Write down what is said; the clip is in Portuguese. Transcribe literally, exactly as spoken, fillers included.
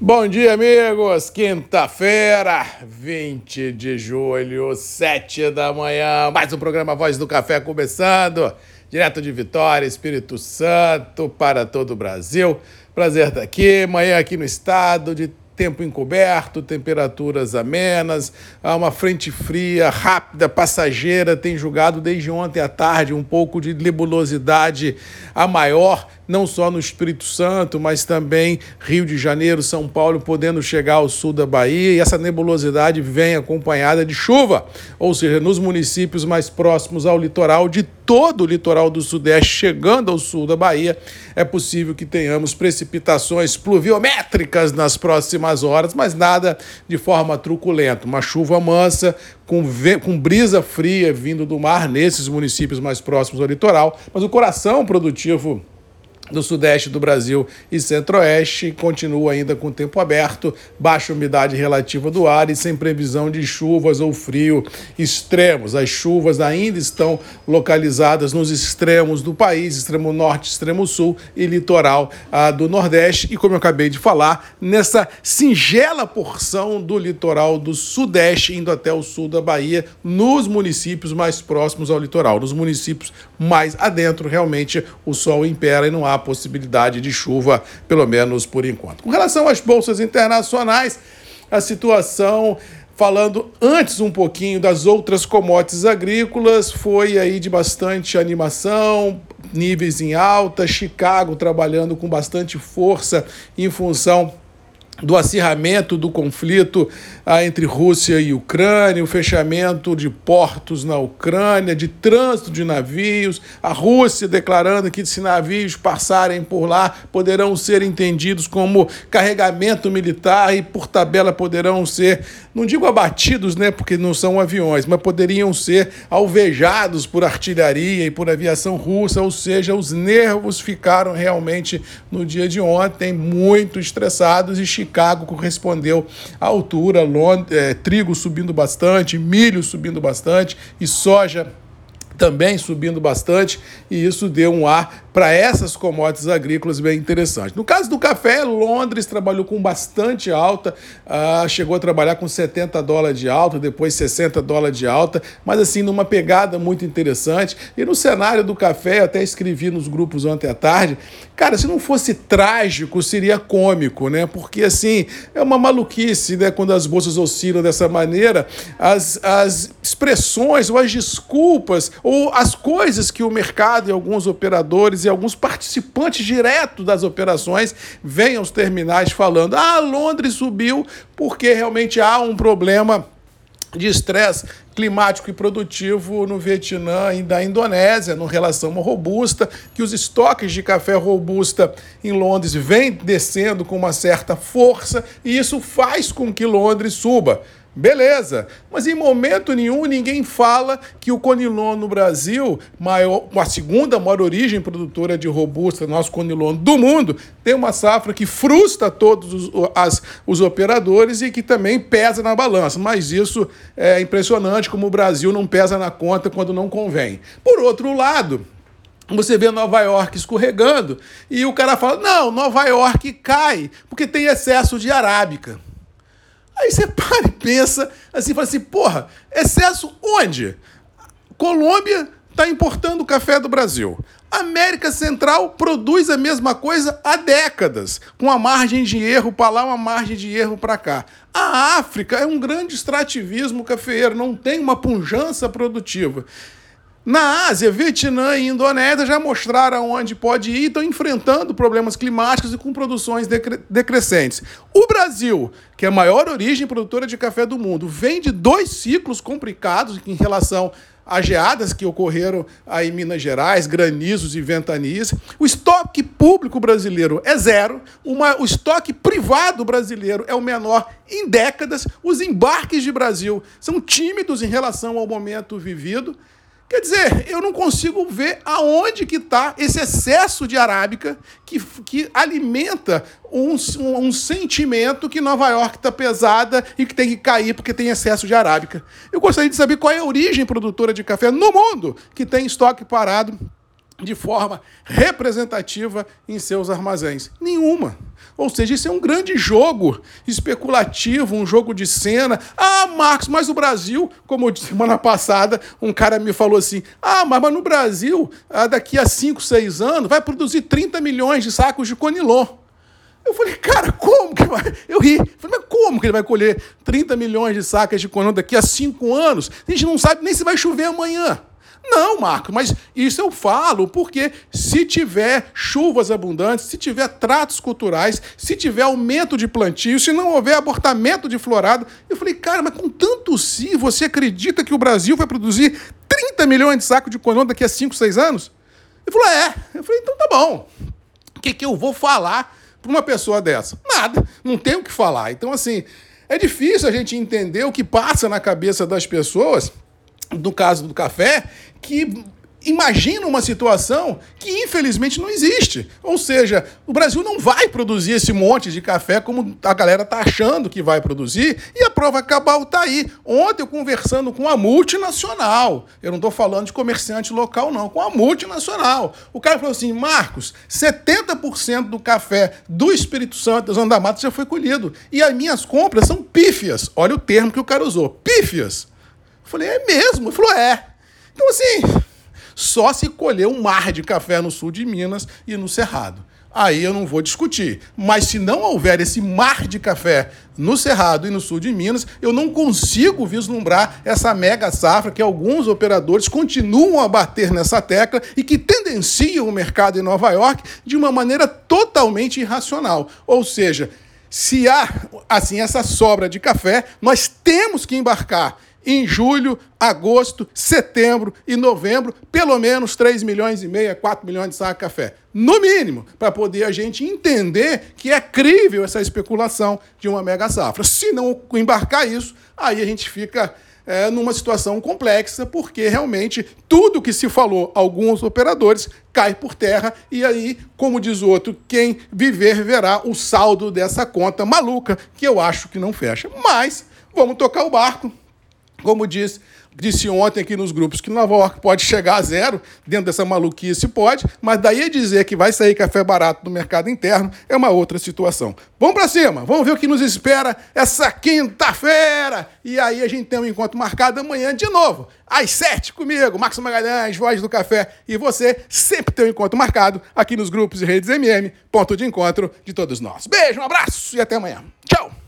Bom dia, amigos! Quinta-feira, vinte de julho, sete da manhã. Mais um programa Voz do Café começando. Direto de Vitória, Espírito Santo, para todo o Brasil. Prazer estar aqui. Manhã aqui no estado, de tempo encoberto, temperaturas amenas. Uma frente fria, rápida, passageira. Tem jogado desde ontem à tarde um pouco de nebulosidade a maior, não só no Espírito Santo, mas também Rio de Janeiro, São Paulo, podendo chegar ao sul da Bahia, e essa nebulosidade vem acompanhada de chuva, ou seja, nos municípios mais próximos ao litoral, de todo o litoral do Sudeste, chegando ao sul da Bahia, é possível que tenhamos precipitações pluviométricas nas próximas horas, mas nada de forma truculenta, uma chuva mansa, com, com brisa fria vindo do mar nesses municípios mais próximos ao litoral, mas o coração produtivo do Sudeste do Brasil e Centro-Oeste continua ainda com tempo aberto, baixa umidade relativa do ar e sem previsão de chuvas ou frio extremos. As chuvas ainda estão localizadas nos extremos do país, extremo norte, extremo sul e litoral ah, do Nordeste e, como eu acabei de falar, nessa singela porção do litoral do Sudeste, indo até o sul da Bahia, nos municípios mais próximos ao litoral. Nos municípios mais adentro, realmente, o sol impera e não há possibilidade de chuva, pelo menos por enquanto. Com relação às bolsas internacionais, a situação, falando antes um pouquinho das outras commodities agrícolas, foi aí de bastante animação, níveis em alta, Chicago trabalhando com bastante força em função do acirramento do conflito ah, entre Rússia e Ucrânia, o fechamento de portos na Ucrânia, de trânsito de navios, a Rússia declarando que se navios passarem por lá poderão ser entendidos como carregamento militar e por tabela poderão ser, não digo abatidos, né, porque não são aviões, mas poderiam ser alvejados por artilharia e por aviação russa, ou seja, os nervos ficaram realmente no dia de ontem muito estressados e Chicago correspondeu à altura, Lond- é, trigo subindo bastante, milho subindo bastante e soja também subindo bastante, e isso deu um ar para essas commodities agrícolas bem interessante. No caso do café, Londres trabalhou com bastante alta, uh, chegou a trabalhar com setenta dólares de alta, depois sessenta dólares de alta, mas assim, numa pegada muito interessante. E no cenário do café, eu até escrevi nos grupos ontem à tarde, cara, se não fosse trágico, seria cômico, né? Porque assim, é uma maluquice, né? Quando as bolsas oscilam dessa maneira, as, as expressões ou as desculpas ou as coisas que o mercado e alguns operadores e alguns participantes diretos das operações vêm aos terminais falando: ah, Londres subiu porque realmente há um problema de estresse climático e produtivo no Vietnã e da Indonésia, no relação ao robusta, que os estoques de café robusta em Londres vêm descendo com uma certa força e isso faz com que Londres suba. Beleza, mas em momento nenhum ninguém fala que o Conilon no Brasil, maior, a segunda maior origem produtora de robusta, nosso Conilon do mundo, tem uma safra que frustra todos os, as, os operadores e que também pesa na balança. Mas isso é impressionante como o Brasil não pesa na conta quando não convém. Por outro lado, você vê Nova York escorregando e o cara fala: não, Nova York cai porque tem excesso de arábica. Aí você para e pensa assim, fala assim, porra, excesso onde? Colômbia está importando café do Brasil. América Central produz a mesma coisa há décadas, com uma margem de erro para lá, uma margem de erro para cá. A África é um grande extrativismo cafeeiro, não tem uma pujança produtiva. Na Ásia, Vietnã e Indonésia já mostraram onde pode ir, estão enfrentando problemas climáticos e com produções decre- decrescentes. O Brasil, que é a maior origem produtora de café do mundo, vem de dois ciclos complicados em relação a geadas que ocorreram aí em Minas Gerais, granizos e ventanias. O estoque público brasileiro é zero, uma, o estoque privado brasileiro é o menor em décadas, os embarques de Brasil são tímidos em relação ao momento vivido. Quer dizer, eu não consigo ver aonde que está esse excesso de arábica que, que alimenta um, um, um sentimento que Nova York está pesada e que tem que cair porque tem excesso de arábica. Eu gostaria de saber qual é a origem produtora de café no mundo que tem estoque parado de forma representativa em seus armazéns? Nenhuma. Ou seja, isso é um grande jogo especulativo, um jogo de cena. Ah, Marcos, mas o Brasil, como eu disse semana passada, um cara me falou assim, ah, mas, mas no Brasil, daqui a cinco, seis anos, vai produzir trinta milhões de sacos de Conilon. Eu falei, cara, como que vai? Eu ri. Eu falei, mas como que ele vai colher trinta milhões de sacas de Conilon daqui a cinco anos? A gente não sabe nem se vai chover amanhã. Não, Marco, mas isso eu falo porque se tiver chuvas abundantes, se tiver tratos culturais, se tiver aumento de plantio, se não houver abortamento de florada, eu falei, cara, mas com tanto se, você acredita que o Brasil vai produzir trinta milhões de sacos de Conilon daqui a cinco, seis anos? Ele falou, é. Eu falei, então tá bom. O que, que eu vou falar para uma pessoa dessa? Nada, não tenho o que falar. Então, assim, é difícil a gente entender o que passa na cabeça das pessoas, no caso do café, que imagina uma situação que infelizmente não existe. Ou seja, o Brasil não vai produzir esse monte de café como a galera está achando que vai produzir, e a prova cabal está aí. Ontem eu conversando com a multinacional, eu não estou falando de comerciante local não, com a multinacional. O cara falou assim, Marcos, setenta por cento do café do Espírito Santo, da Zona da Mata, já foi colhido. E as minhas compras são pífias. Olha o termo que o cara usou, pífias. Eu falei, é mesmo? Ele falou, é. Então, assim, só se colher um mar de café no sul de Minas e no Cerrado. Aí eu não vou discutir. Mas se não houver esse mar de café no Cerrado e no sul de Minas, eu não consigo vislumbrar essa mega safra que alguns operadores continuam a bater nessa tecla e que tendenciam o mercado em Nova York de uma maneira totalmente irracional. Ou seja, se há assim essa sobra de café, nós temos que embarcar em julho, agosto, setembro e novembro, pelo menos três milhões e meio, quatro milhões de sacos de café. No mínimo, para poder a gente entender que é crível essa especulação de uma mega safra. Se não embarcar isso, aí a gente fica é, numa situação complexa, porque realmente tudo que se falou, alguns operadores, cai por terra, e aí, como diz o outro, quem viver verá o saldo dessa conta maluca, que eu acho que não fecha. Mas vamos tocar o barco. Como disse, disse ontem aqui nos grupos, que Nova York pode chegar a zero, dentro dessa maluquice pode, mas daí a dizer que vai sair café barato do mercado interno é uma outra situação. Vamos para cima, vamos ver o que nos espera essa quinta-feira. E aí a gente tem um encontro marcado amanhã de novo, às sete, comigo, Marcos Magalhães, Voz do Café, e você sempre tem um encontro marcado aqui nos grupos e redes M M, ponto de encontro de todos nós. Beijo, um abraço e até amanhã. Tchau!